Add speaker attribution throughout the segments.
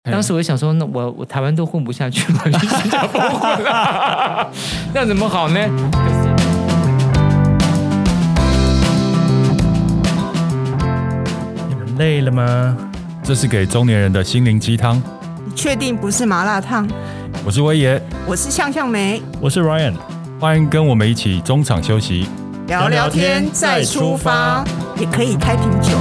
Speaker 1: 当时我就想说，那我台湾都混不下去了，去新加坡混了，那怎么好呢？
Speaker 2: 你们累了吗？
Speaker 3: 这是给中年人的心灵鸡汤。
Speaker 4: 你确定不是麻辣烫？
Speaker 3: 我是威爷，
Speaker 4: 我是向向梅，
Speaker 2: 我是 Ryan，
Speaker 3: 欢迎跟我们一起中场休息，
Speaker 4: 聊聊天再出发，也可以开瓶酒。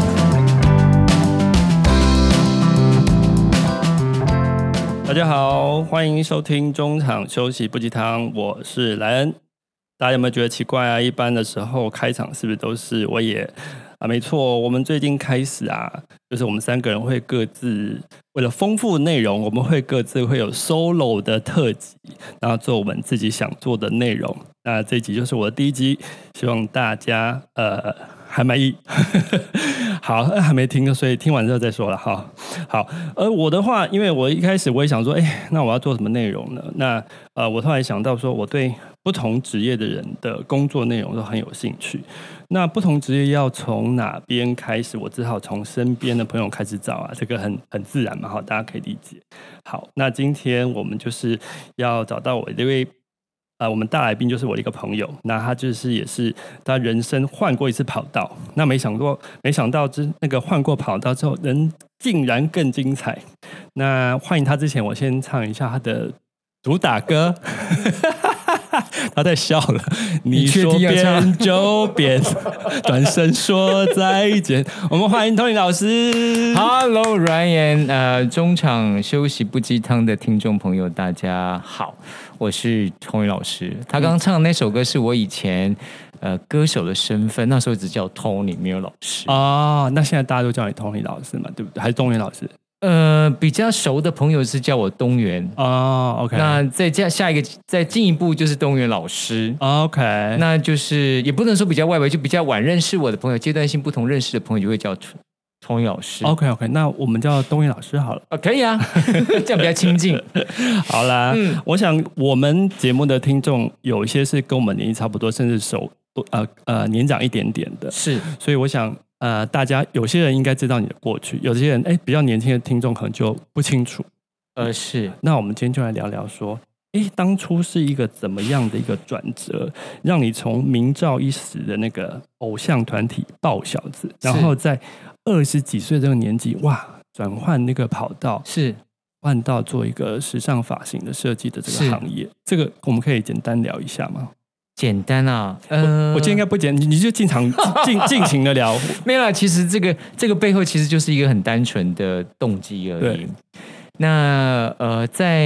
Speaker 2: 大家好，欢迎收听中场休息不鸡汤，我是莱恩。大家有没有觉得奇怪啊？一般的时候开场是不是都是威爷啊？没错，我们最近开始啊，就是我们三个人会各自为了丰富内容，我们会各自会有 solo 的特辑，然后做我们自己想做的内容。那这一集就是我的第一集，希望大家还满意。好，还没听，所以听完之后再说了哈。好，我的话，因为我一开始我也想说，那我要做什么内容呢？那我突然想到说，我对不同职业的人的工作内容都很有兴趣。那不同职业要从哪边开始？我只好从身边的朋友开始找啊，这个很自然嘛，哈，大家可以理解。好，那今天我们就是要找到我的一位。我们大来宾就是我的一个朋友，那他就是也是他人生换过一次跑道，那没想到那个换过跑道之后，人竟然更精彩。那欢迎他之前，我先唱一下他的主打歌。他在笑了，你说变就变，转身说再见。我们欢迎 Tony 老师。
Speaker 1: Hello Ryan， 中场休息不鸡汤的听众朋友，大家好，我是 Tony 老师。他刚刚唱的那首歌是我以前歌手的身份，那时候只叫 Tony， 没有老师。
Speaker 2: 哦，那现在大家都叫你 Tony 老师嘛，对不对？还是东元老师？
Speaker 1: 比较熟的朋友是叫我东元
Speaker 2: 哦 ，OK。
Speaker 1: 那下一个再进一步就是东元老师
Speaker 2: ，OK。
Speaker 1: 那就是也不能说比较外围，就比较晚认识我的朋友，阶段性不同认识的朋友就会叫东元老师。
Speaker 2: OK， 那我们叫东元老师好了。
Speaker 1: 可以啊，这样比较亲近。
Speaker 2: 好啦，我想我们节目的听众有一些是跟我们年纪差不多，甚至年长一点点的，
Speaker 1: 是，
Speaker 2: 所以我想。大家有些人应该知道你的过去，有些人比较年轻的听众可能就不清楚。
Speaker 1: 是。
Speaker 2: 那我们今天就来聊聊说，当初是一个怎么样的一个转折，让你从名噪一时的那个偶像团体爆小子，然后在20几岁这个年纪，哇，转换那个跑道，
Speaker 1: 是
Speaker 2: 换到做一个时尚发型的设计的这个行业，这个我们可以简单聊一下吗？
Speaker 1: 简单啊，
Speaker 2: 我今天应该不简单，你就尽情的聊。
Speaker 1: 没有啦，其实这个背后其实就是一个很单纯的动机而已。那在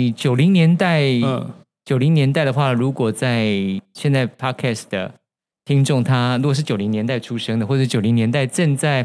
Speaker 1: 90年代，90年代的话，如果在现在 Podcast 的听众，他如果是90年代出生的，或者90年代正在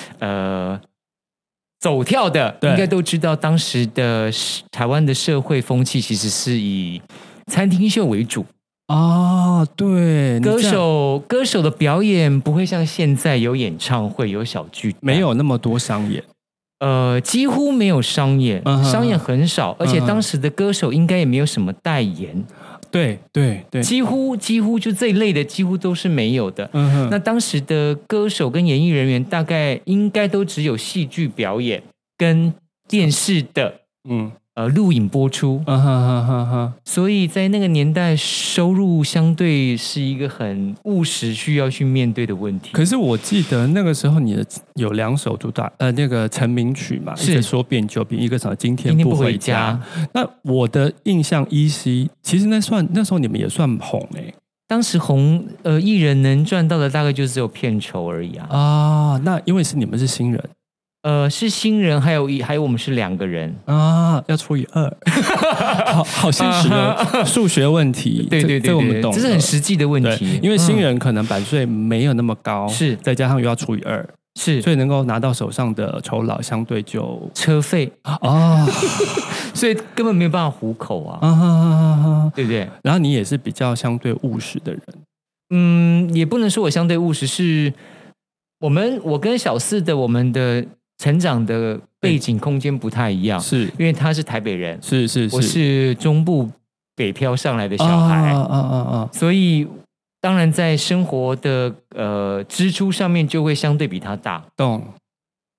Speaker 1: 走跳的，应该都知道当时的台湾的社会风气其实是以餐厅秀为主。
Speaker 2: 对，
Speaker 1: 歌手的表演不会像现在有演唱会、有小剧团，
Speaker 2: 没有那么多商演，
Speaker 1: 几乎没有商演，商演很少，而且当时的歌手应该也没有什么代言，
Speaker 2: 对，
Speaker 1: 几乎就这一类的几乎都是没有的。那当时的歌手跟演艺人员大概应该都只有戏剧表演跟电视的，录影播出，所以在那个年代，收入相对是一个很务实需要去面对的问题。
Speaker 2: 可是我记得那个时候你的有2首主打那个成名曲嘛，是说变就变，一个什么今天不回家。那我的印象依稀，其实那时候你们也算红
Speaker 1: 当时红艺人能赚到的大概就只有片酬而已啊。
Speaker 2: 那因为你们是新人。
Speaker 1: 是新人，还有我们是2个人
Speaker 2: 要除以2，好现实的数学问题。
Speaker 1: 对，
Speaker 2: 这我们懂，
Speaker 1: 这是很实际的问题。
Speaker 2: 因为新人可能版税没有那么高，
Speaker 1: 是
Speaker 2: 再加上又要除以2，
Speaker 1: 是，
Speaker 2: 所以能够拿到手上的酬劳相对就
Speaker 1: 车费所以根本没有办法糊口对不对？
Speaker 2: 然后你也是比较相对务实的人，
Speaker 1: 也不能说我相对务实，是我跟小四的我们的成长的背景空间不太一样，
Speaker 2: 是
Speaker 1: 因为他是台北人，
Speaker 2: 是，
Speaker 1: 我是中部北漂上来的小孩，所以当然在生活的支出上面就会相对比他大。
Speaker 2: 懂。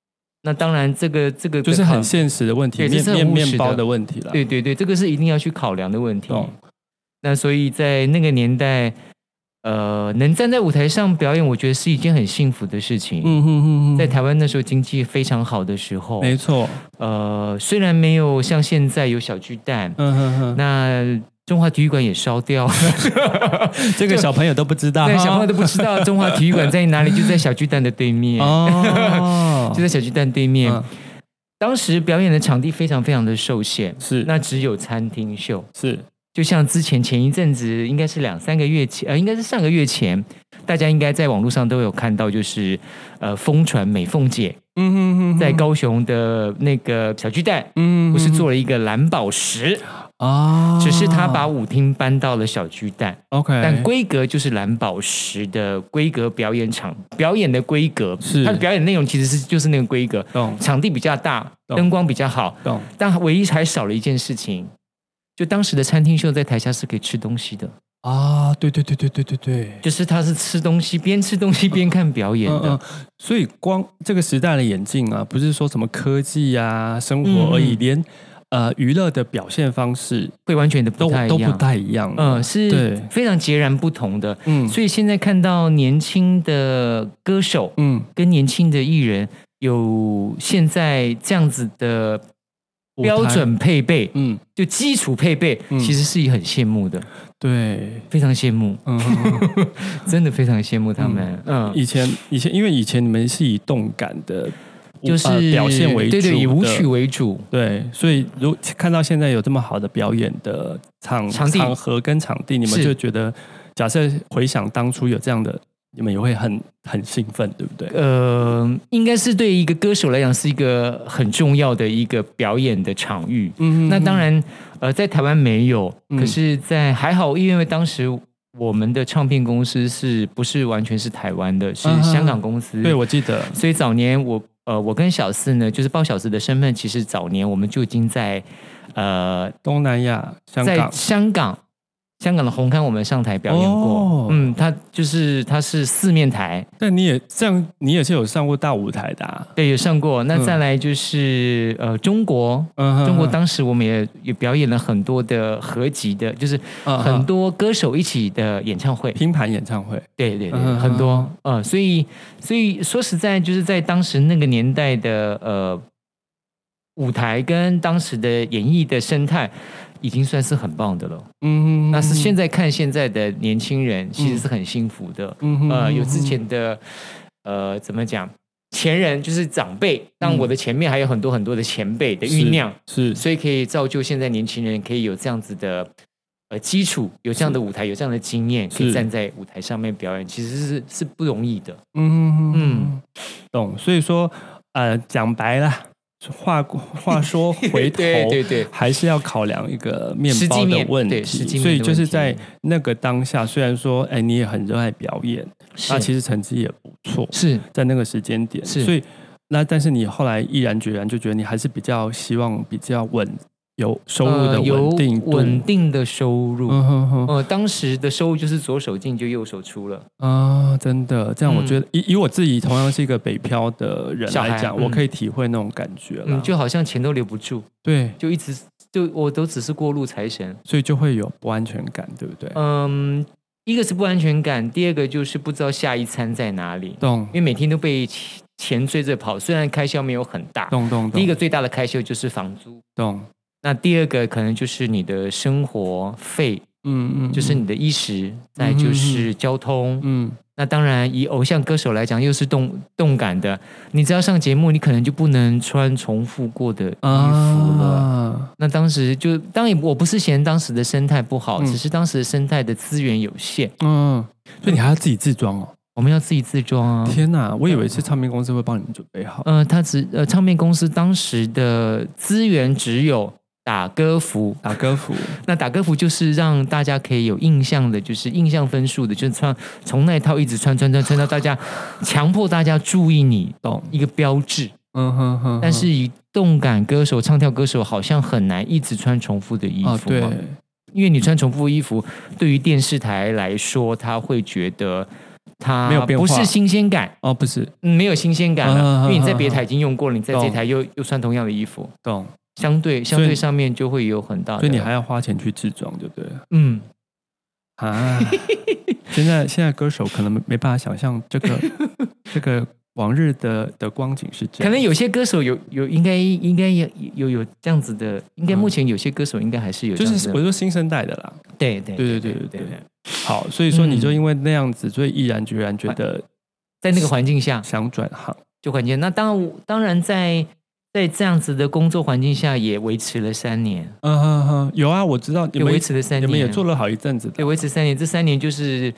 Speaker 1: 那当然这个
Speaker 2: 就是很现实的问题，面包的问题了。
Speaker 1: 对对对，这个是一定要去考量的问题。那所以在那个年代，能站在舞台上表演，我觉得是一件很幸福的事情。在台湾那时候经济非常好的时候，
Speaker 2: 没错。
Speaker 1: 虽然没有像现在有小巨蛋，那中华体育馆也烧掉了，
Speaker 2: 这个小朋友都不知道，
Speaker 1: 对，小朋友都不知道中华体育馆在哪里，就在小巨蛋的对面，就在小巨蛋对面。当时表演的场地非常非常的受限，
Speaker 2: 是
Speaker 1: 那只有餐厅秀，
Speaker 2: 是
Speaker 1: 就像前一阵子，应该是2-3个月前，应该是上个月前，大家应该在网络上都有看到，就是疯传美凤姐，在高雄的那个小巨蛋，不是做了一个蓝宝石啊，只是他把舞厅搬到了小巨蛋
Speaker 2: ，OK，
Speaker 1: 但规格就是蓝宝石的规格，表演的规格，是他的表演内容其实就是那个规格，场地比较大，灯光比较好，但唯一还少了一件事情。就当时的餐厅秀在台下是可以吃东西的
Speaker 2: 啊，对，
Speaker 1: 就是他是吃东西边吃东西边看表演的，
Speaker 2: 所以光这个时代的演进啊，不是说什么科技啊生活而已，连娱乐的表现方式
Speaker 1: 会完全的都不
Speaker 2: 太一样，
Speaker 1: 是非常截然不同的。所以现在看到年轻的歌手，跟年轻的艺人有现在这样子的标准配备，就基础配备，其实是很羡慕的，
Speaker 2: 对，
Speaker 1: 非常羡慕，真的非常羡慕他们。
Speaker 2: 以前，因为以前你们是以动感的，
Speaker 1: 就是
Speaker 2: 表现为主，
Speaker 1: 对，以舞曲为主，
Speaker 2: 对，所以看到现在有这么好的表演的场合跟场地，你们就觉得，假设回想当初有这样的。你们也会很兴奋，对不对？
Speaker 1: 应该是对一个歌手来讲是一个很重要的一个表演的场域。那当然，在台湾没有，可是还好，因为当时我们的唱片公司不是完全是台湾的，是香港公司。
Speaker 2: 对，我记得。
Speaker 1: 所以早年我跟小四呢，就是包小四的身份，其实早年我们就已经在
Speaker 2: 东南亚，
Speaker 1: 在香港的红磡我们上台表演过，他是四面台，
Speaker 2: 但你也是有上过大舞台的啊？
Speaker 1: 对，有上过。那再来就是中国当时我们也表演了很多的合集的，就是很多歌手一起的演唱会，
Speaker 2: 拼盘演唱会，
Speaker 1: 对，很多所以说实在就是在当时那个年代的舞台跟当时的演艺的生态。已经算是很棒的了，那是现在看现在的年轻人，其实是很幸福的，有之前的怎么讲，前人就是长辈，当我的前面还有很多很多的前辈的酝酿，
Speaker 2: 是，
Speaker 1: 所以可以造就现在年轻人可以有这样子的基础，有这样的舞台，有这样的经验，可以站在舞台上面表演，其实是不容易的，
Speaker 2: 懂。所以说讲白了。话说回头，
Speaker 1: 对，
Speaker 2: 还是要考量一个面包的问题。所以就是在那个当下，虽然说，你也很热爱表演，那其实成绩也不错，
Speaker 1: 是在
Speaker 2: 那个时间点，所以但是你后来毅然决然就觉得你还是比较希望比较有收入的
Speaker 1: 稳定的收入。当时的收入就是左手进就右手出了
Speaker 2: 啊，真的。这样我觉得，以我自己同样是一个北漂的人来讲，我可以体会那种感觉了。
Speaker 1: 就好像钱都留不住，
Speaker 2: 对，
Speaker 1: 就一直我都只是过路财神，
Speaker 2: 所以就会有不安全感，对不对？
Speaker 1: 一个是不安全感，第二个就是不知道下一餐在哪里。
Speaker 2: 懂，
Speaker 1: 因为每天都被钱追着跑，虽然开销没有很大，
Speaker 2: 懂。
Speaker 1: 第一个最大的开销就是房租，
Speaker 2: 懂。
Speaker 1: 那第二个可能就是你的生活费，就是你的衣食，再就是交通，那当然以偶像歌手来讲，又是动感的，你只要上节目，你可能就不能穿重复过的衣服了。那当时当然我不是嫌当时的生态不好，只是当时的生态的资源有限，
Speaker 2: 所以你还要自己自装哦。
Speaker 1: 我们要自己自装啊！
Speaker 2: 天哪，我以为是唱片公司会帮你们准备好。
Speaker 1: 唱片公司当时的资源只有打歌服，那打歌服就是让大家可以有印象的，就是印象分数的，就是从那一套一直穿到大家，强迫大家注意你，懂一个标志。但是以动感歌手、唱跳歌手好像很难一直穿重复的衣服，对，因为你穿重复的衣服，对于电视台来说，他会觉得它
Speaker 2: 没有变化
Speaker 1: 不是新鲜感
Speaker 2: 哦，不是，
Speaker 1: 没有新鲜感了，因为你在别台已经用过了，你在这台又穿同样的衣服，
Speaker 2: 懂？
Speaker 1: 相对上面就会有很大的，
Speaker 2: 所以你还要花钱去制装，就对了。
Speaker 1: 嗯
Speaker 2: 啊，现在歌手可能没办法想象这个往日的光景是这样，
Speaker 1: 可能有些歌手有应该有这样子的，应该目前有些歌手应该还是有这样子的，
Speaker 2: 就是我说新生代的啦。
Speaker 1: 对。
Speaker 2: 好，所以说你就因为那样子，所以毅然决然觉得
Speaker 1: 在那个环境下
Speaker 2: 想转行，
Speaker 1: 就环境。那当然在这样子的工作环境下，也维持了3年。
Speaker 2: 有啊，我知道你们
Speaker 1: 维持了3年，
Speaker 2: 你们也做了好一阵子的，
Speaker 1: 对，维持3年。这3年就是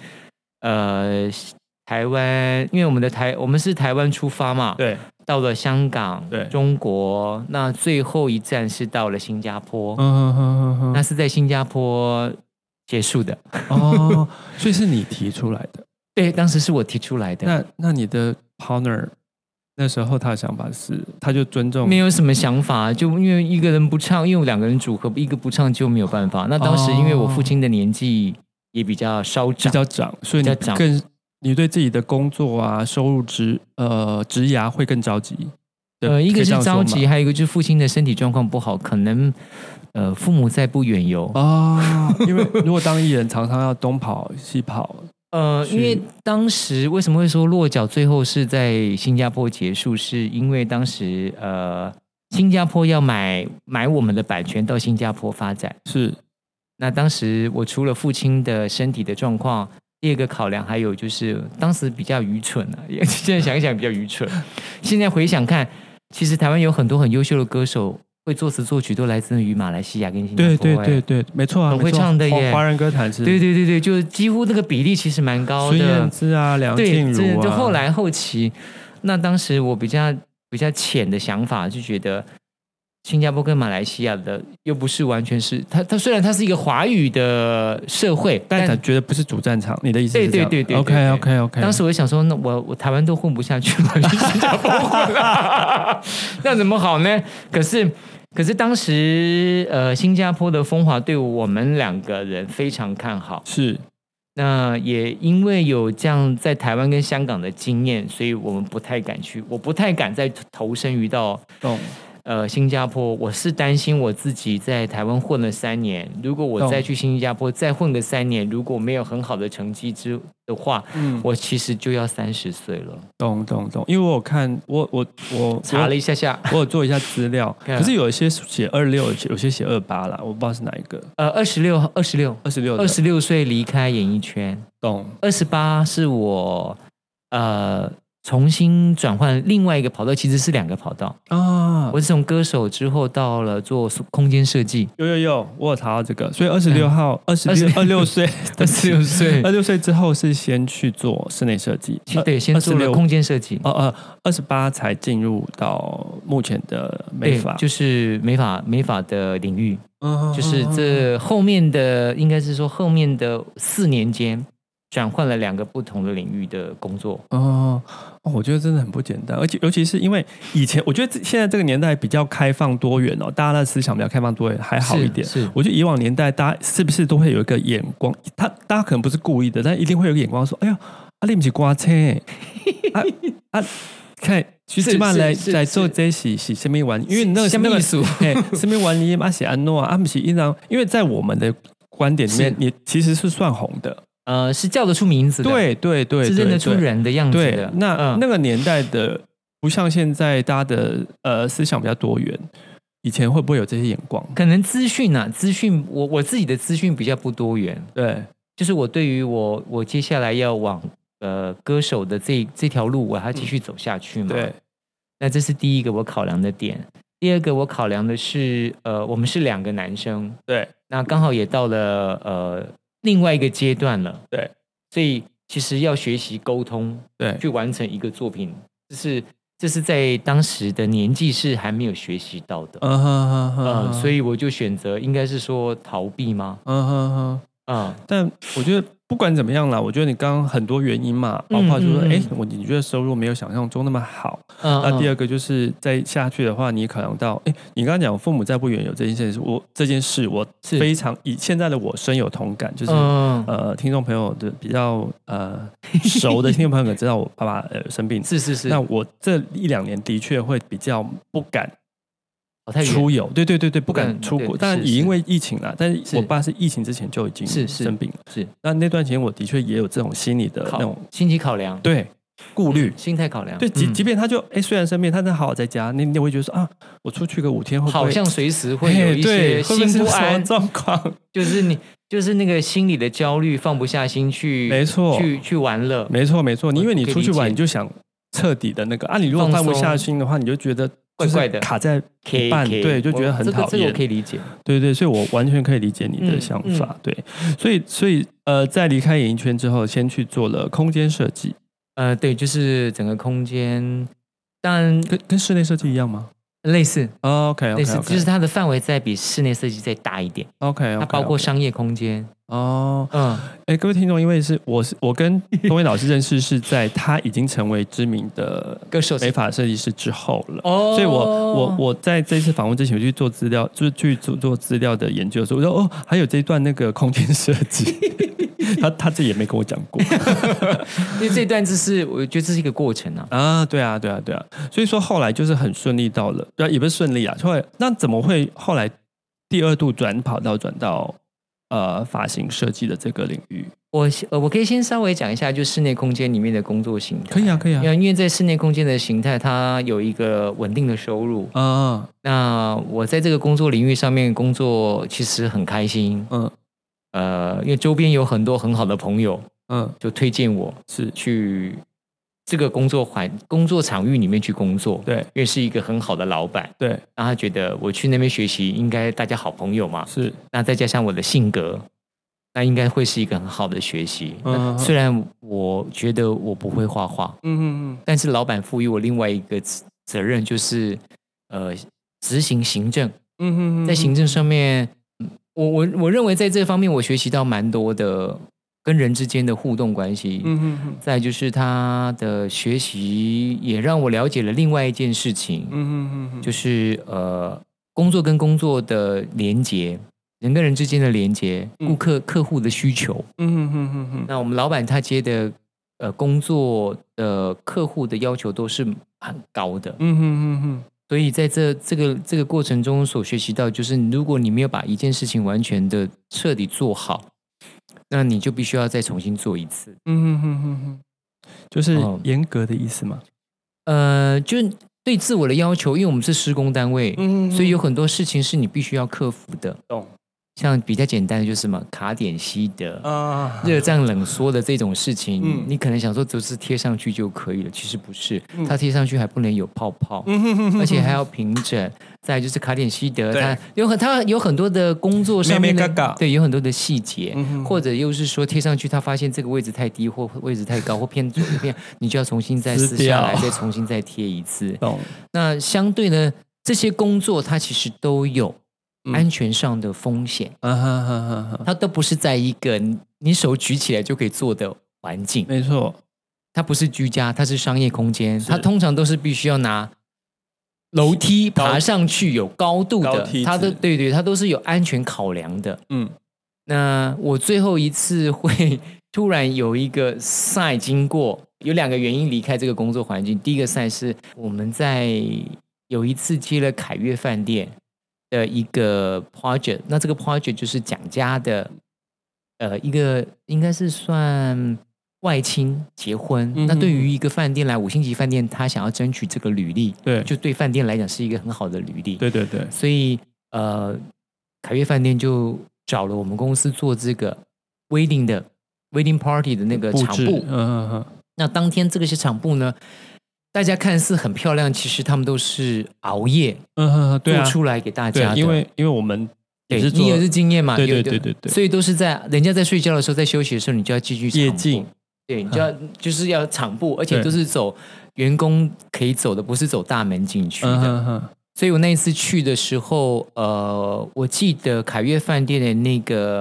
Speaker 1: 台湾，因为我们是台湾出发嘛，
Speaker 2: 对，
Speaker 1: 到了香港，
Speaker 2: 对，
Speaker 1: 中国，那最后一站是到了新加坡，那是在新加坡结束的。
Speaker 2: 哦，所以是你提出来的？
Speaker 1: 对，当时是我提出来的。
Speaker 2: 那你的 partner 那时候他的想法是，他就尊重，
Speaker 1: 没有什么想法，就因为一个人不唱，因为2个人组合，一个不唱就没有办法。那当时因为我父亲的年纪也比较稍长，
Speaker 2: 所以你对自己的工作啊、收入职涯会更着急。
Speaker 1: 一个是着急，还有一个就是父亲的身体状况不好，可能父母在不远游
Speaker 2: 啊。因为如果当艺人，常常要东跑西跑。
Speaker 1: 因为当时为什么会说落脚最后是在新加坡结束，是因为当时新加坡要买我们的版权到新加坡发展。
Speaker 2: 是，
Speaker 1: 那当时我除了父亲的身体的状况，第二个考量还有就是当时比较愚蠢啊，现在想一想比较愚蠢。现在回想看，其实台湾有很多很优秀的歌手，会作词作曲都来自于马来西亚跟新加坡。
Speaker 2: 对，没错啊，
Speaker 1: 很会唱的耶，
Speaker 2: 华人歌坛是。
Speaker 1: 对，就几乎那个比例其实蛮高的。
Speaker 2: 孙燕姿啊，梁静茹啊，
Speaker 1: 就后期，那当时我比较浅的想法，就觉得新加坡跟马来西亚的又不是完全是它虽然它是一个华语的社会，
Speaker 2: 但他觉得不是主战场。你的意思是这样？
Speaker 1: 对。
Speaker 2: OK。
Speaker 1: 当时我想说，那我台湾都混不下去了，去新加坡混了，那怎么好呢？可是当时新加坡的风华对我们2个人非常看好，
Speaker 2: 是。
Speaker 1: 那也因为有这样在台湾跟香港的经验，所以我们不太敢去，我不太敢再投身于到新加坡。我是担心我自己在台湾混了3年，如果我再去新加坡再混个3年，如果没有很好的成绩的话，我其实就要30岁了。
Speaker 2: 懂，因为我有看我
Speaker 1: 查了一下，
Speaker 2: 我有做一下资料，可是有一些写26，有些写28啦，我不知道是哪一个。26
Speaker 1: 岁离开演艺圈，
Speaker 2: 懂。
Speaker 1: 28是我重新转换另外一个跑道，其实是2个跑道啊。我是从歌手之后到了做空间设计。
Speaker 2: 有，我有查到这个。所以26岁之后是先去做室内设计，
Speaker 1: 对，先做了空间设计。
Speaker 2: 28才进入到目前的美发，
Speaker 1: 就是美发的领域。就是这后面的应该是说后面的4年间。转换了2个不同的领域的工作。
Speaker 2: 我觉得真的很不简单，而且尤其是因为以前，我觉得现在这个年代比较开放多元哦，大家的思想比较开放多元，还好一点。
Speaker 1: 是，
Speaker 2: 我觉得以往年代大家是不是都会有一个眼光？大家可能不是故意的，但一定会有一个眼光说：“哎呀，你不是歌星看。”其实嘛来做这是什么玩意？因为那个什么艺术，什么玩意嘛是安诺啊，不是因为在我们的观点里面，你其实是算红的。
Speaker 1: 是叫得出名字的，
Speaker 2: 对，
Speaker 1: 是认得出人的样子的。
Speaker 2: 对，那个年代的不像现在大家的思想比较多元，以前会不会有这些眼光？
Speaker 1: 可能资讯我自己的资讯比较不多元。
Speaker 2: 对，
Speaker 1: 就是我对于我接下来要往歌手的这条路，我还要继续走下去嘛。
Speaker 2: 对，
Speaker 1: 那这是第一个我考量的点。第二个我考量的是我们是2个男生，
Speaker 2: 对，
Speaker 1: 那刚好也到了另外一个阶段了，
Speaker 2: 对，
Speaker 1: 所以其实要学习沟通，
Speaker 2: 对，
Speaker 1: 去完成一个作品，这是在当时的年纪是还没有学习到的，所以我就选择应该是说逃避吗？
Speaker 2: 但我觉得不管怎么样啦，我觉得你刚刚很多原因嘛，包括就是说，你觉得收入没有想象中那么好。那第二个就是再下去的话，你考量到，你刚刚讲父母在不远游这件事，我非常以现在的我深有同感，就是听众朋友的比较熟的听众朋友可能知道我爸爸生病，
Speaker 1: 是。
Speaker 2: 那我这1-2年的确会比较不敢出游，对，不敢出国。当然也因为疫情啦，但是我爸是疫情之前就已经生病了，
Speaker 1: 是。
Speaker 2: 那段时间我的确也有这种心理的那种
Speaker 1: 心理考量，
Speaker 2: 对，顾虑，
Speaker 1: 心态考量。
Speaker 2: 对，即便他就虽然生病，他好好在家，你会觉得说啊，我出去个5天会不会
Speaker 1: 好像随时会有一些心不安
Speaker 2: 状况，
Speaker 1: 就是那个心理的焦虑，放不下心去，
Speaker 2: 没错，
Speaker 1: 去玩乐，
Speaker 2: 没错。因为你出去玩，你就想彻底的那个你如果放不下心的话，你就觉得
Speaker 1: 怪怪的，
Speaker 2: 卡在一半，对，就觉得很讨厌。
Speaker 1: 这个我可以理解，
Speaker 2: 对，所以我完全可以理解你的想法，对。所以在离开演艺圈之后，先去做了空间设计，
Speaker 1: 对，就是整个空间，当然
Speaker 2: 跟室内设计一样吗？
Speaker 1: 类似
Speaker 2: ，OK，
Speaker 1: 类似，就是它的范围再比室内设计再大一点
Speaker 2: ，OK，
Speaker 1: 它包括商业空间。
Speaker 2: 各位听众，因为我跟东威老师认识是在他已经成为知名的
Speaker 1: 歌手
Speaker 2: 美发设计师之后了，所以我在这次访问之前，我去做资料，就是去做资料的研究的时候，我说还有这一段那个空间设计，他这也没跟我讲过，
Speaker 1: 因为这一段我觉得这是一个过程啊。
Speaker 2: 对啊，所以说后来就是很顺利到了，也不是顺利啊，那怎么会后来第2度转到发型设计的这个领域？
Speaker 1: 我可以先稍微讲一下，就室内空间里面的工作形态。
Speaker 2: 可以啊。
Speaker 1: 因为在室内空间的形态，它有一个稳定的收入那我在这个工作领域上面工作，其实很开心。因为周边有很多很好的朋友，就推荐我是去这个工作场域里面去工作，
Speaker 2: 对，
Speaker 1: 因为是一个很好的老板，
Speaker 2: 对，
Speaker 1: 让他觉得我去那边学习，应该大家好朋友嘛，
Speaker 2: 是，
Speaker 1: 那再加上我的性格，那应该会是一个很好的学习。虽然我觉得我不会画画，但是老板赋予我另外一个责任，就是执行行政。在行政上面，我认为在这方面我学习到蛮多的。跟人之间的互动关系，再就是他的学习也让我了解了另外一件事情，就是工作跟工作的连结，人跟人之间的连结，客户的需求，那我们老板他接的工作的客户的要求都是很高的，所以在这个过程中所学习到，就是如果你没有把一件事情完全的彻底做好。那你就必须要再重新做一次。
Speaker 2: 就是严格的意思吗？
Speaker 1: 就对自我的要求，因为我们是施工单位，所以有很多事情是你必须要克服的。
Speaker 2: 懂。
Speaker 1: 像比较简单的就是什么卡点吸的热胀冷缩的这种事情，你可能想说只是贴上去就可以了，其实不是，它贴上去还不能有泡泡，而且还要平整。再来就是卡点吸得，它有很多的工作上面的，对，有很多的细节，或者又是说贴上去，他发现这个位置太低或位置太高或偏左偏，你就要重新再撕下来，再重新再贴一次。那相对呢，这些工作它其实都有安全上的风险，它都不是在一个你手举起来就可以做的环境。
Speaker 2: 没错，
Speaker 1: 它不是居家，它是商业空间，它通常都是必须要拿楼梯爬上去有高度的，它都对，它都是有安全考量的。那我最后一次会突然有一个赛经过，有2个原因离开这个工作环境。第一个赛是我们在有一次接了凯悦饭店的一个 project， 那这个 project 就是蒋家的一个应该是算外亲结婚，那对于一个饭店来5星级饭店，他想要争取这个履历，
Speaker 2: 对，
Speaker 1: 就对饭店来讲是一个很好的履历，
Speaker 2: 对，
Speaker 1: 所以凯悦饭店就找了我们公司做这个 wedding party 的那个场布，那当天这个些场布呢，大家看似很漂亮，其实他们都是熬夜做出来给大家的，
Speaker 2: 因为我们也是
Speaker 1: 你也是经验嘛，
Speaker 2: 对，
Speaker 1: 所以都是在人家在睡觉的时候，在休息的时候，你就要继续
Speaker 2: 夜静，
Speaker 1: 对，你就要就是要场布，而且都是走员工可以走的，不是走大门进去的。所以我那一次去的时候，我记得凯悦饭店的那个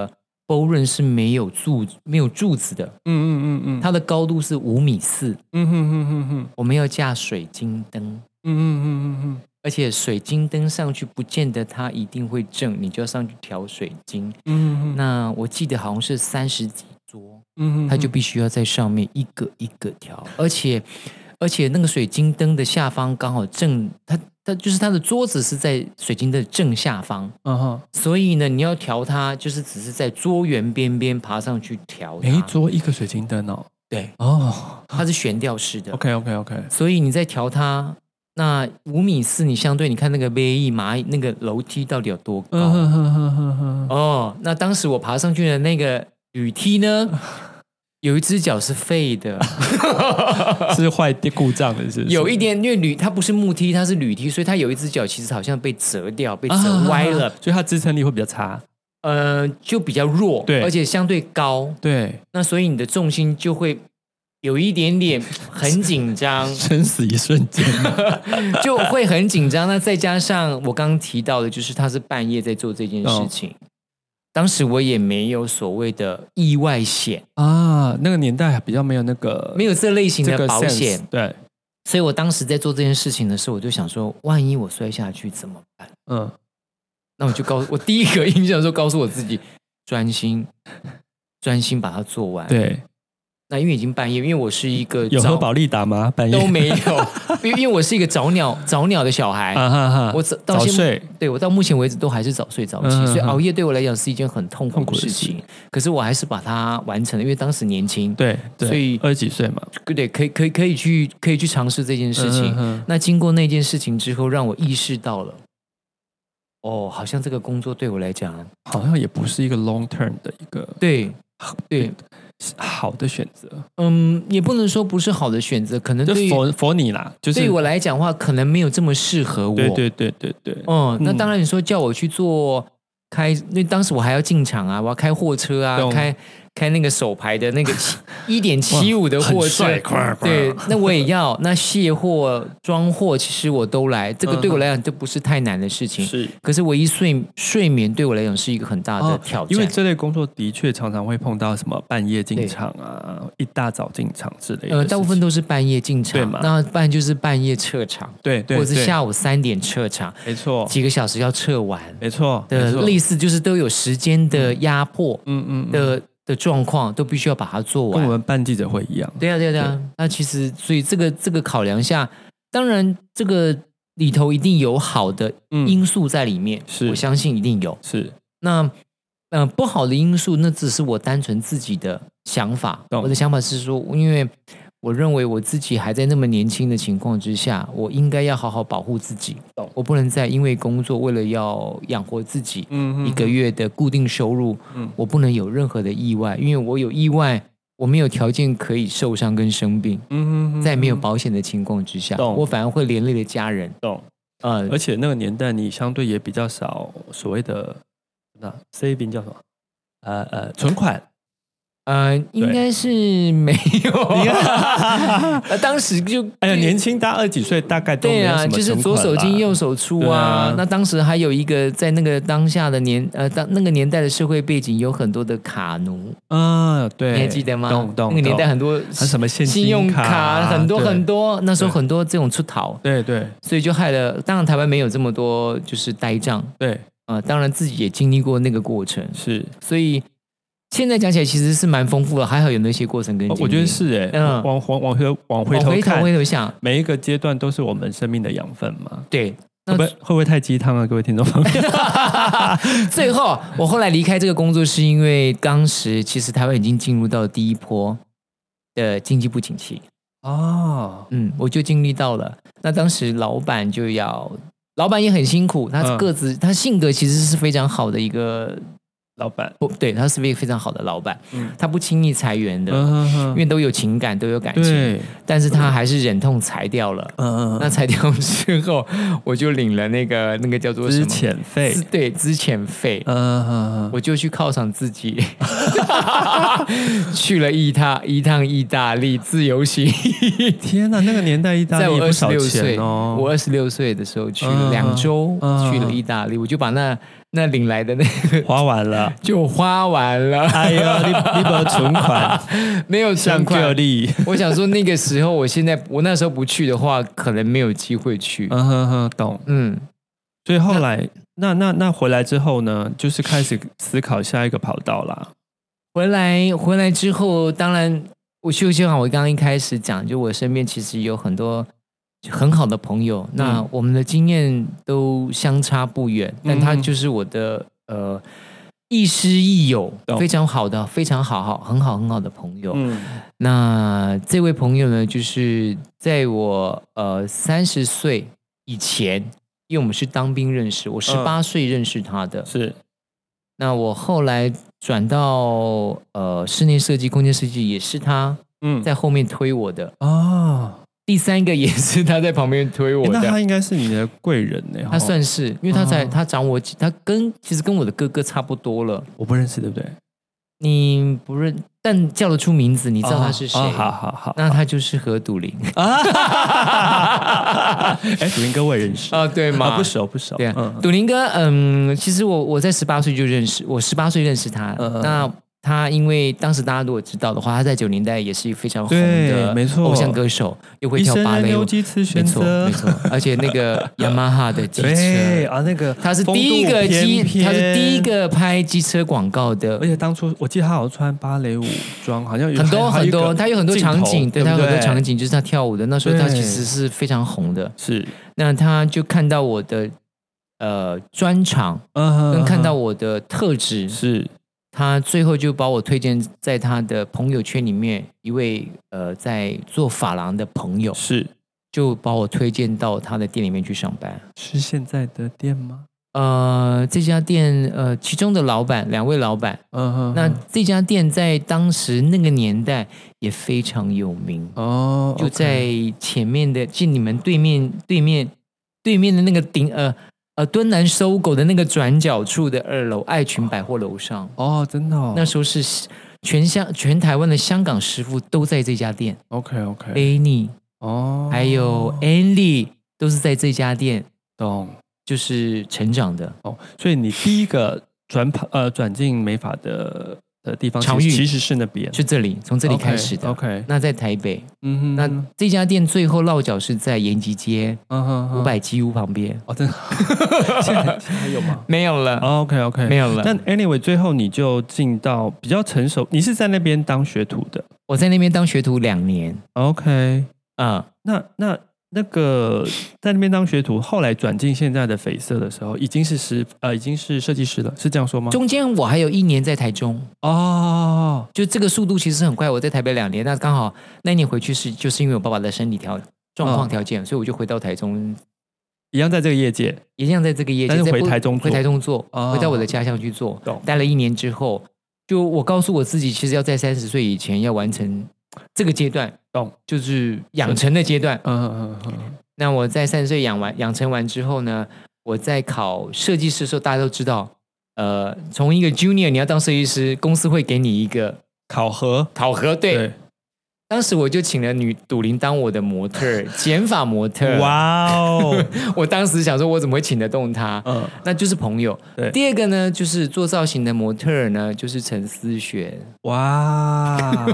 Speaker 1: 包刃是没有柱子的，它的高度是5.4米，我们要架水晶灯，而且水晶灯上去不见得它一定会正，你就要上去调水晶，那我记得好像是30几桌，它就必须要在上面一个一个调，而且那个水晶灯的下方刚好正，它就是它的桌子是在水晶灯的正下方，所以呢，你要调它，就是只是在桌缘边边爬上去调它。
Speaker 2: 每一桌一个水晶灯哦。
Speaker 1: 对，它是悬吊式的。
Speaker 2: OK，
Speaker 1: 所以你在调它，那5.4米，你相对你看那个那个楼梯到底有多高？那当时我爬上去的那个铝梯呢？有一只脚是废的，
Speaker 2: 是坏故障的，是不是？
Speaker 1: 有一点，因为它不是木梯，它是铝梯，所以它有一只脚其实好像被折掉，被折歪了，
Speaker 2: 所以它支撑力会比较差。
Speaker 1: 就比较弱，
Speaker 2: 对，
Speaker 1: 而且相对高，
Speaker 2: 对，
Speaker 1: 那所以你的重心就会有一点点很紧张，
Speaker 2: 生死一瞬间
Speaker 1: 就会很紧张。那再加上我刚刚提到的，就是他是半夜在做这件事情。当时我也没有所谓的意外险
Speaker 2: 啊，那个年代比较没有
Speaker 1: 这类型的保险，
Speaker 2: 对，
Speaker 1: 所以我当时在做这件事情的时候，我就想说，万一我摔下去怎么办？那我第一个印象就告诉我自己，专心把它做完。
Speaker 2: 对。
Speaker 1: 那因为已经半夜，因为我是一个
Speaker 2: 有喝保利达吗？半夜
Speaker 1: 都没有，因为我是一个早鸟的小孩，我
Speaker 2: 早睡，
Speaker 1: 对，我到目前为止都还是早睡早起，所以熬夜对我来讲是一件很痛苦的事情。可是我还是把它完成了，因为当时年轻，
Speaker 2: 对，
Speaker 1: 所以
Speaker 2: 20几岁嘛，
Speaker 1: 对，可以去尝试这件事情。那经过那件事情之后，让我意识到了，好像这个工作对我来讲，
Speaker 2: 好像也不是一个 long term 的一个
Speaker 1: 对。
Speaker 2: 好的选择，
Speaker 1: 也不能说不是好的选择，可能
Speaker 2: 就佛你啦，就是
Speaker 1: 对我来讲的话，可能没有这么适合我。
Speaker 2: 对。
Speaker 1: 那当然你说叫我去做因为当时我还要进场啊，我要开货车啊，开那个手排的那个1.75的货车，对，那我也要。那卸货、装货，其实我都来，这个对我来讲都不是太难的事情。
Speaker 2: 是，
Speaker 1: 可是唯一睡眠对我来讲是一个很大的挑战，
Speaker 2: 因为这类工作的确常常会碰到什么半夜进场啊，一大早进场之类的。
Speaker 1: 大部分都是半夜进场，那不然就是半夜撤场，
Speaker 2: 对，
Speaker 1: 或者是下午3点撤场，
Speaker 2: 没错，
Speaker 1: 几个小时要撤完，
Speaker 2: 没错
Speaker 1: 类似就是都有时间的压迫，的状况都必须要把它做完，
Speaker 2: 跟我们办记者会一样。
Speaker 1: 对啊。那其实，所以这个考量下，当然这个里头一定有好的因素在里面，我相信一定有。
Speaker 2: 是
Speaker 1: 那不好的因素，那只是我单纯自己的想法。我的想法是说，因为我认为我自己还在那么年轻的情况之下，我应该要好好保护自己。我不能再因为工作为了要养活自己，1个月的固定收入，我不能有任何的意外，因为我有意外，我没有条件可以受伤跟生病。在没有保险的情况之下，我反而会连累了家人。
Speaker 2: 而且那个年代你相对也比较少所谓的saving 叫什么？存款。
Speaker 1: 应该是没有。当时就
Speaker 2: 年轻大20几岁，大概都没有什么存款，
Speaker 1: 就是左手进右手出啊。那当时还有一个在那个当下的那个年代的社会背景，有很多的卡奴
Speaker 2: 对，
Speaker 1: 你还记得吗？
Speaker 2: 懂。
Speaker 1: 那个年代很多
Speaker 2: 什么
Speaker 1: 信用卡，很多，那时候很多这种出逃，
Speaker 2: 对，
Speaker 1: 所以就害了。当然台湾没有这么多就是呆账，
Speaker 2: 对，
Speaker 1: 当然自己也经历过那个过程，
Speaker 2: 是，
Speaker 1: 所以。现在讲起来其实是蛮丰富的，还好有那些过程跟经历。
Speaker 2: 我觉得是往回头
Speaker 1: 想，
Speaker 2: 每一个阶段都是我们生命的养分嘛。
Speaker 1: 对，
Speaker 2: 会不会太鸡汤啊，各位听众朋友？
Speaker 1: 最后，我后来离开这个工作，是因为当时其实台湾已经进入到第一波的经济不景气我就经历到了。那当时老板也很辛苦，他性格其实是非常好的一个。
Speaker 2: 老板
Speaker 1: 对，他是一个非常好的老板，他不轻易裁员的，因为都有情感，都有感情，但是他还是忍痛裁掉了。那裁掉之后，我就领了那个叫做什么
Speaker 2: 资遣费，
Speaker 1: 对，资遣费。我就去犒赏自己， 去了一趟意大利自由行。
Speaker 2: 天哪，那个年代意大利也不少钱哦。
Speaker 1: 我26岁的时候去了2周，去了意大利，我就把那领来的那个
Speaker 2: 花完了，
Speaker 1: 就花完了。
Speaker 2: 哎呦，你没有存款，
Speaker 1: 没有存款。
Speaker 2: 我
Speaker 1: 想说那个时候，我那时候不去的话，可能没有机会去。
Speaker 2: 懂。所以后来那回来之后呢，就是开始思考下一个跑道啦。
Speaker 1: 回来之后，当然就像我刚刚一开始讲，就我身边其实有很多很好的朋友，那我们的经验都相差不远，但他就是我的亦师亦友，非常好的，非常很好的朋友。那这位朋友呢，就是在我30岁以前。因为我们是当兵认识，我18岁认识他的。
Speaker 2: 是，
Speaker 1: 那我后来转到室内设计、空间设计，也是他在后面推我的第3个也是他在旁边推我的。
Speaker 2: 那他应该是你的贵人呢？
Speaker 1: 他算是，因为他长我，他其实跟我的哥哥差不多了。
Speaker 2: 我不认识，对不对？
Speaker 1: 你不认，但叫得出名字，你知道他是谁？
Speaker 2: 好，
Speaker 1: 那他就是何笃林。
Speaker 2: 笃林哥我也认识
Speaker 1: 对吗？
Speaker 2: 不熟。
Speaker 1: 对啊，笃林哥，其实我在18岁就认识，我18岁认识他。那他因为当时大家如果知道的话，他在90年代也是非常红的偶像歌手，又会跳芭蕾舞，没错，而且那个雅马哈的机车
Speaker 2: 那个
Speaker 1: 他是第一个拍机车广告的，
Speaker 2: 而且当初我记得他好像穿芭蕾舞装，好像有
Speaker 1: 很多，他有很多场景，对，他有很多场景就是他跳舞的，那时候他其实是非常红的。
Speaker 2: 是，
Speaker 1: 那他就看到我的专长，跟看到我的特质，
Speaker 2: 是。
Speaker 1: 他最后就把我推荐在他的朋友圈里面一位在做发廊的朋友，
Speaker 2: 是
Speaker 1: 就把我推荐到他的店里面去上班。
Speaker 2: 是现在的店吗？
Speaker 1: 这家店其中的2位老板，那这家店在当时那个年代也非常有名哦，就在前面的，就你们对面的那个敦南收购的那个转角处的2楼爱群百货楼上
Speaker 2: 真的
Speaker 1: 那时候是全台湾的香港师傅都在这家店。
Speaker 2: OK
Speaker 1: Annie 还有 Andy 都是在这家店就是成长的
Speaker 2: 所以你第一个转进美发的地方其实是那边，
Speaker 1: 是这里，从这里开始的。
Speaker 2: OK，
Speaker 1: 那在台北，那这家店最后落脚是在延吉街500基屋旁边。
Speaker 2: 真的？现在还有吗？
Speaker 1: 没有了。
Speaker 2: OK， 没有了。但 anyway， 最后你就进到比较成熟，你是在那边当学徒的？
Speaker 1: 我在那边当学徒2年。
Speaker 2: OK， 那个在那边当学徒，后来转进现在的绯色的时候，已经是设计师了，是这样说吗？
Speaker 1: 中间我还有1年在台中就这个速度其实很快。我在台北2年，那刚好那一年回去就是因为我爸爸的身体状况条件，所以我就回到台中，
Speaker 2: 一样在这个业界，
Speaker 1: 但
Speaker 2: 是回台中
Speaker 1: 做，回到我的家乡去做。待了1年之后，就我告诉我自己，其实要在30岁以前要完成这个阶段，就是养成的阶段。那我在30岁养成完之后呢，我在考设计师的时候，大家都知道，从一个 junior 你要当设计师，公司会给你一个考核，对。当时我就请了笃林当我的模特，剪发模特。哇哦！我当时想说，我怎么会请得动他？那就是朋友。第二个呢，就是做造型的模特呢，就是陈思璇。
Speaker 2: 哇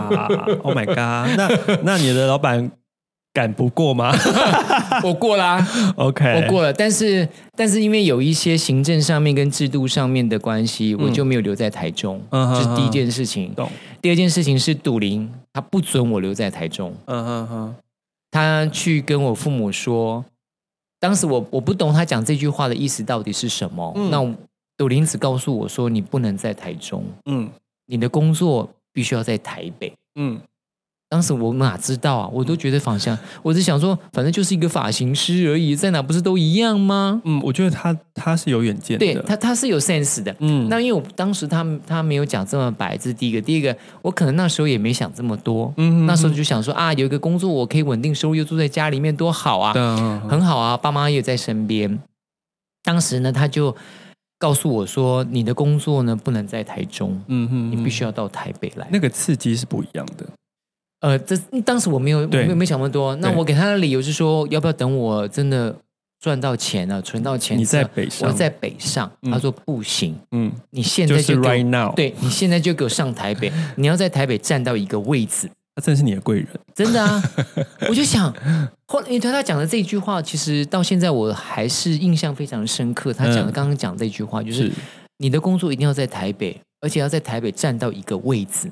Speaker 2: ！Oh my god！ 那你的老板赶不过吗？
Speaker 1: 我过啦，OK， 我过了。但是因为有一些行政上面跟制度上面的关系，我就没有留在台中。这是第一件事情。第二件事情是笃林他不准我留在台中。他去跟我父母说，当时我不懂他讲这句话的意思到底是什么。那笃林只告诉我说，你不能在台中。你的工作必须要在台北。当时我哪知道啊，我都觉得仿像，我只想说反正就是一个发型师而已，在哪不是都一样吗？
Speaker 2: 我觉得他是有远见的，
Speaker 1: 对，他是有 sense 的。那因为我当时他没有讲这么白，这是第一个。第一个，我可能那时候也没想这么多。那时候就想说啊，有一个工作我可以稳定收入，又住在家里面多好啊，很好啊，爸妈也在身边。当时呢，他就告诉我说，你的工作呢不能在台中，你必须要到台北来。
Speaker 2: 那个刺激是不一样的。
Speaker 1: 当时我没有想那么多。那我给他的理由是说，要不要等我真的赚到钱了，存到钱，
Speaker 2: 你在北上，
Speaker 1: 我在北上。他说不行，你现在
Speaker 2: 就是 right now，
Speaker 1: 对，你现在就给我上台北，你要在台北站到一个位置。
Speaker 2: 他真的是你的贵人，
Speaker 1: 真的啊！我就想，因为他讲的这句话，其实到现在我还是印象非常深刻。他讲的刚刚讲这句话，就是你的工作一定要在台北，而且要在台北站到一个位置。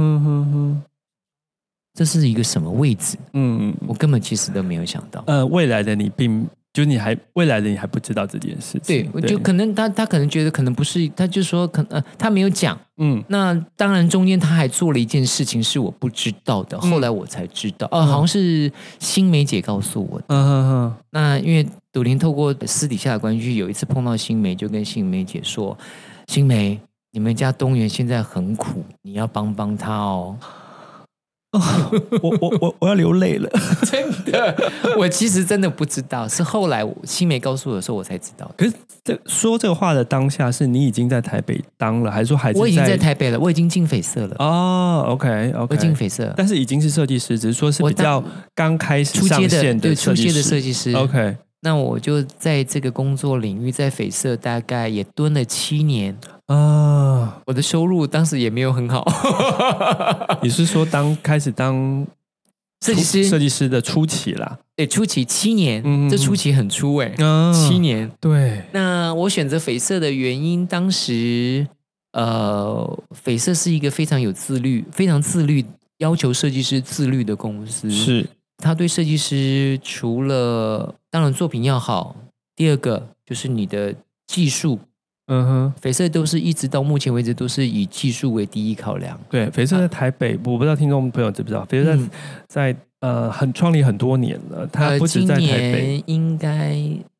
Speaker 1: 这是一个什么位置？我根本其实都没有想到。
Speaker 2: 未来的你未来的你还不知道这件事情。
Speaker 1: 对，我就可能他可能觉得可能不是，他就说他没有讲。那当然中间他还做了一件事情是我不知道的，后来我才知道。好像是新梅姐告诉我的。那因为朵琳透过私底下的关系，有一次碰到新梅，就跟新梅姐说：“新梅，你们家东元现在很苦，你要帮帮他哦。”
Speaker 2: 我要流泪了，
Speaker 1: 真的，我其实真的不知道，是后来新梅告诉我的时候我才知道。
Speaker 2: 可是说这个话的当下，是你已经在台北当了，还是说还是
Speaker 1: 我已经在台北了？我已经进绯色了。
Speaker 2: OK，
Speaker 1: 我进绯色，
Speaker 2: 但是已经是设计师，只是说是比较刚开始上线的
Speaker 1: 初阶的设计师。
Speaker 2: OK，
Speaker 1: 那我就在这个工作领域，在绯色大概也蹲了7年。我的收入当时也没有很好。
Speaker 2: 你是说开始当设计师的初期啦？
Speaker 1: 对，初期7年，这初期很初7年。
Speaker 2: 对。
Speaker 1: 那我选择绯色的原因，当时绯色是一个非常自律，要求设计师自律的公司。
Speaker 2: 是，
Speaker 1: 他对设计师除了当然作品要好，第二个就是你的技术。绯色都是一直到目前为止都是以技术为第一考量。对，
Speaker 2: 绯色在台北，我不知道听众朋友知不知道，绯色在创立很多年了，它不止在台北，
Speaker 1: 今年应该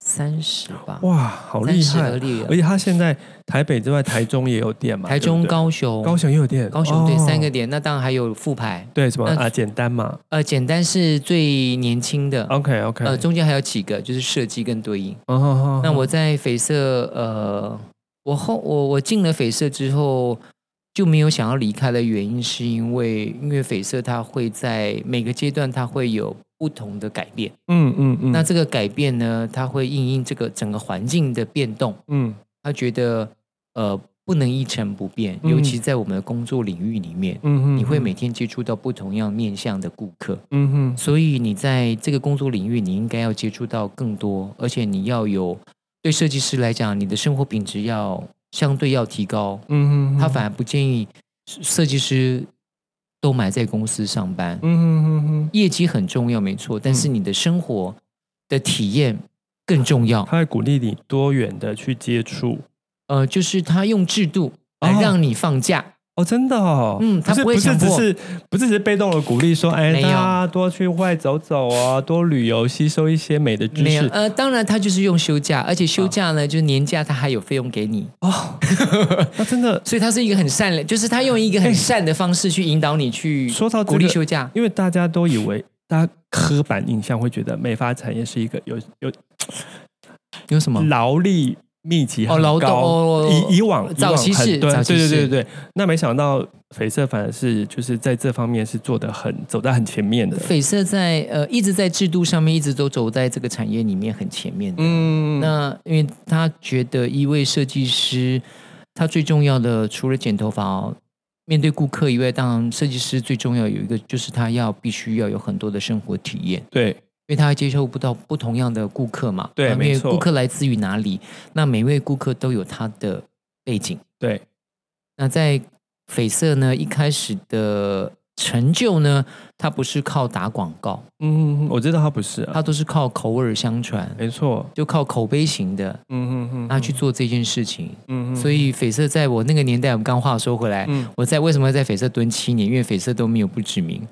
Speaker 1: 30吧。
Speaker 2: 哇，好厉害！而且它现在台北之外，台中也有店嘛，
Speaker 1: 台中、高雄
Speaker 2: 也有店，
Speaker 1: 高雄对3个点，那当然还有副牌，
Speaker 2: 对什么简单嘛，
Speaker 1: 简单是最年轻的
Speaker 2: ，OK，
Speaker 1: 中间还有几个就是设计跟对应。那我在绯色我进了绯色之后就没有想要离开的原因，是因为绯色它会在每个阶段它会有不同的改变。那这个改变呢，它会因应这个整个环境的变动。他觉得不能一成不变，尤其在我们的工作领域里面，你会每天接触到不同样面向的顾客。所以你在这个工作领域，你应该要接触到更多，而且你要有。对设计师来讲，你的生活品质相对要提高。他反而不建议设计师都埋在公司上班。业绩很重要，没错，但是你的生活的体验更重要。
Speaker 2: 他会鼓励你多元的去接触。
Speaker 1: 就是他用制度来让你放假。
Speaker 2: 真的哦。
Speaker 1: 他不会强迫，
Speaker 2: 不是只是被动的鼓励说，大家多去外走走啊，多旅游，吸收一些美的知识。
Speaker 1: 当然他就是用休假，而且休假呢，就是年假他还有费用给你。
Speaker 2: 那真的，
Speaker 1: 所以他是一个很善良，就是他用一个很善的方式去引导你去
Speaker 2: 说到
Speaker 1: 鼓励休假。
Speaker 2: 因为大家都以为，大家刻板印象会觉得美发产业是一个有什么劳力密集很高，以往
Speaker 1: 早期是，
Speaker 2: 对。那没想到绯色反而是就是在这方面是走在很前面的。
Speaker 1: 绯色在一直在制度上面一直都走在这个产业里面很前面的。那因为他觉得一位设计师，他最重要的除了剪头发面对顾客以外，当然设计师最重要有一个就是他必须要有很多的生活体验。
Speaker 2: 对。
Speaker 1: 因为他接受不到不同样的顾客嘛，
Speaker 2: 对，没
Speaker 1: 错，顾客来自于哪里？那每位顾客都有他的背景，
Speaker 2: 对。
Speaker 1: 那在绯色呢，一开始的成就呢，它不是靠打广告，
Speaker 2: 我知道它不是，
Speaker 1: 它都是靠口耳相传，
Speaker 2: 没错，
Speaker 1: 就靠口碑型的，那去做这件事情，所以绯色在我那个年代，我们刚话说回来，我为什么在绯色蹲7年？因为绯色都没有不指名，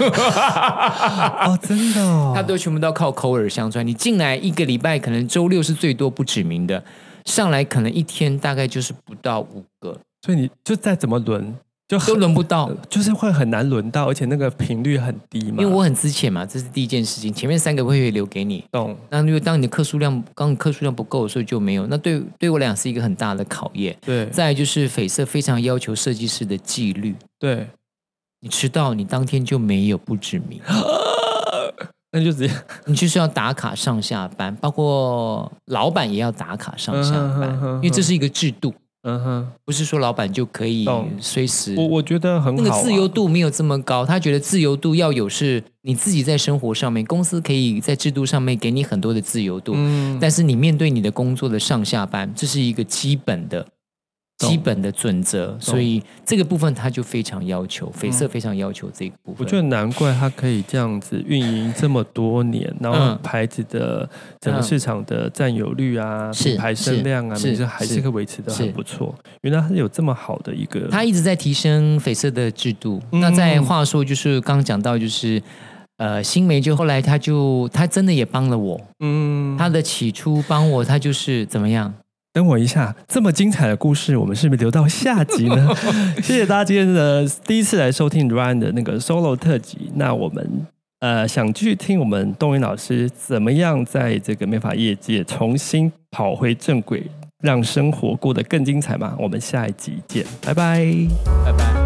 Speaker 2: 真的哦，
Speaker 1: 它都全部都靠口耳相传。你进来1个礼拜，可能周6是最多不指名的，上来可能一天大概就是不到5个。
Speaker 2: 所以你就再怎么轮，
Speaker 1: 都轮不到，
Speaker 2: 就是会很难轮到，而且那个频率很低嘛。
Speaker 1: 因为我很资浅嘛，这是第一件事情。前面3个会留给你，
Speaker 2: 懂？
Speaker 1: 那因为当你的客数量不够，所以就没有。那对我来讲是一个很大的考验。
Speaker 2: 对。
Speaker 1: 再来就是绯色非常要求设计师的纪律。
Speaker 2: 对。
Speaker 1: 你迟到，你当天就没有不指名。
Speaker 2: 那就直接，
Speaker 1: 你就是要打卡上下班，包括老板也要打卡上下班，因为这是一个制度。不是说老板就可以随时。
Speaker 2: 我觉得很好，
Speaker 1: 那个自由度没有这么高。他觉得自由度要有是你自己在生活上面，公司可以在制度上面给你很多的自由度，但是你面对你的工作的上下班，这是一个基本的准则，所以这个部分他就非常要求，绯色非常要求这个部分。
Speaker 2: 我觉得难怪他可以这样子运营这么多年，然后牌子的整个市场的占有率啊、品牌声量啊，还是可以维持的很不错。原来他是有这么好的一个，
Speaker 1: 他一直在提升绯色的制度。那再话说，就是刚刚讲到，就是新梅就后来他真的也帮了我。他的起初帮我，他就是怎么样？
Speaker 2: 等我一下，这么精彩的故事，我们是不是留到下集呢？谢谢大家今天的第一次来收听 Ryan 的那个 solo 特辑。那我们想继续听我们东云老师怎么样在这个美发业界重新跑回正轨，让生活过得更精彩吗？我们下一集见，拜拜，
Speaker 1: 拜拜。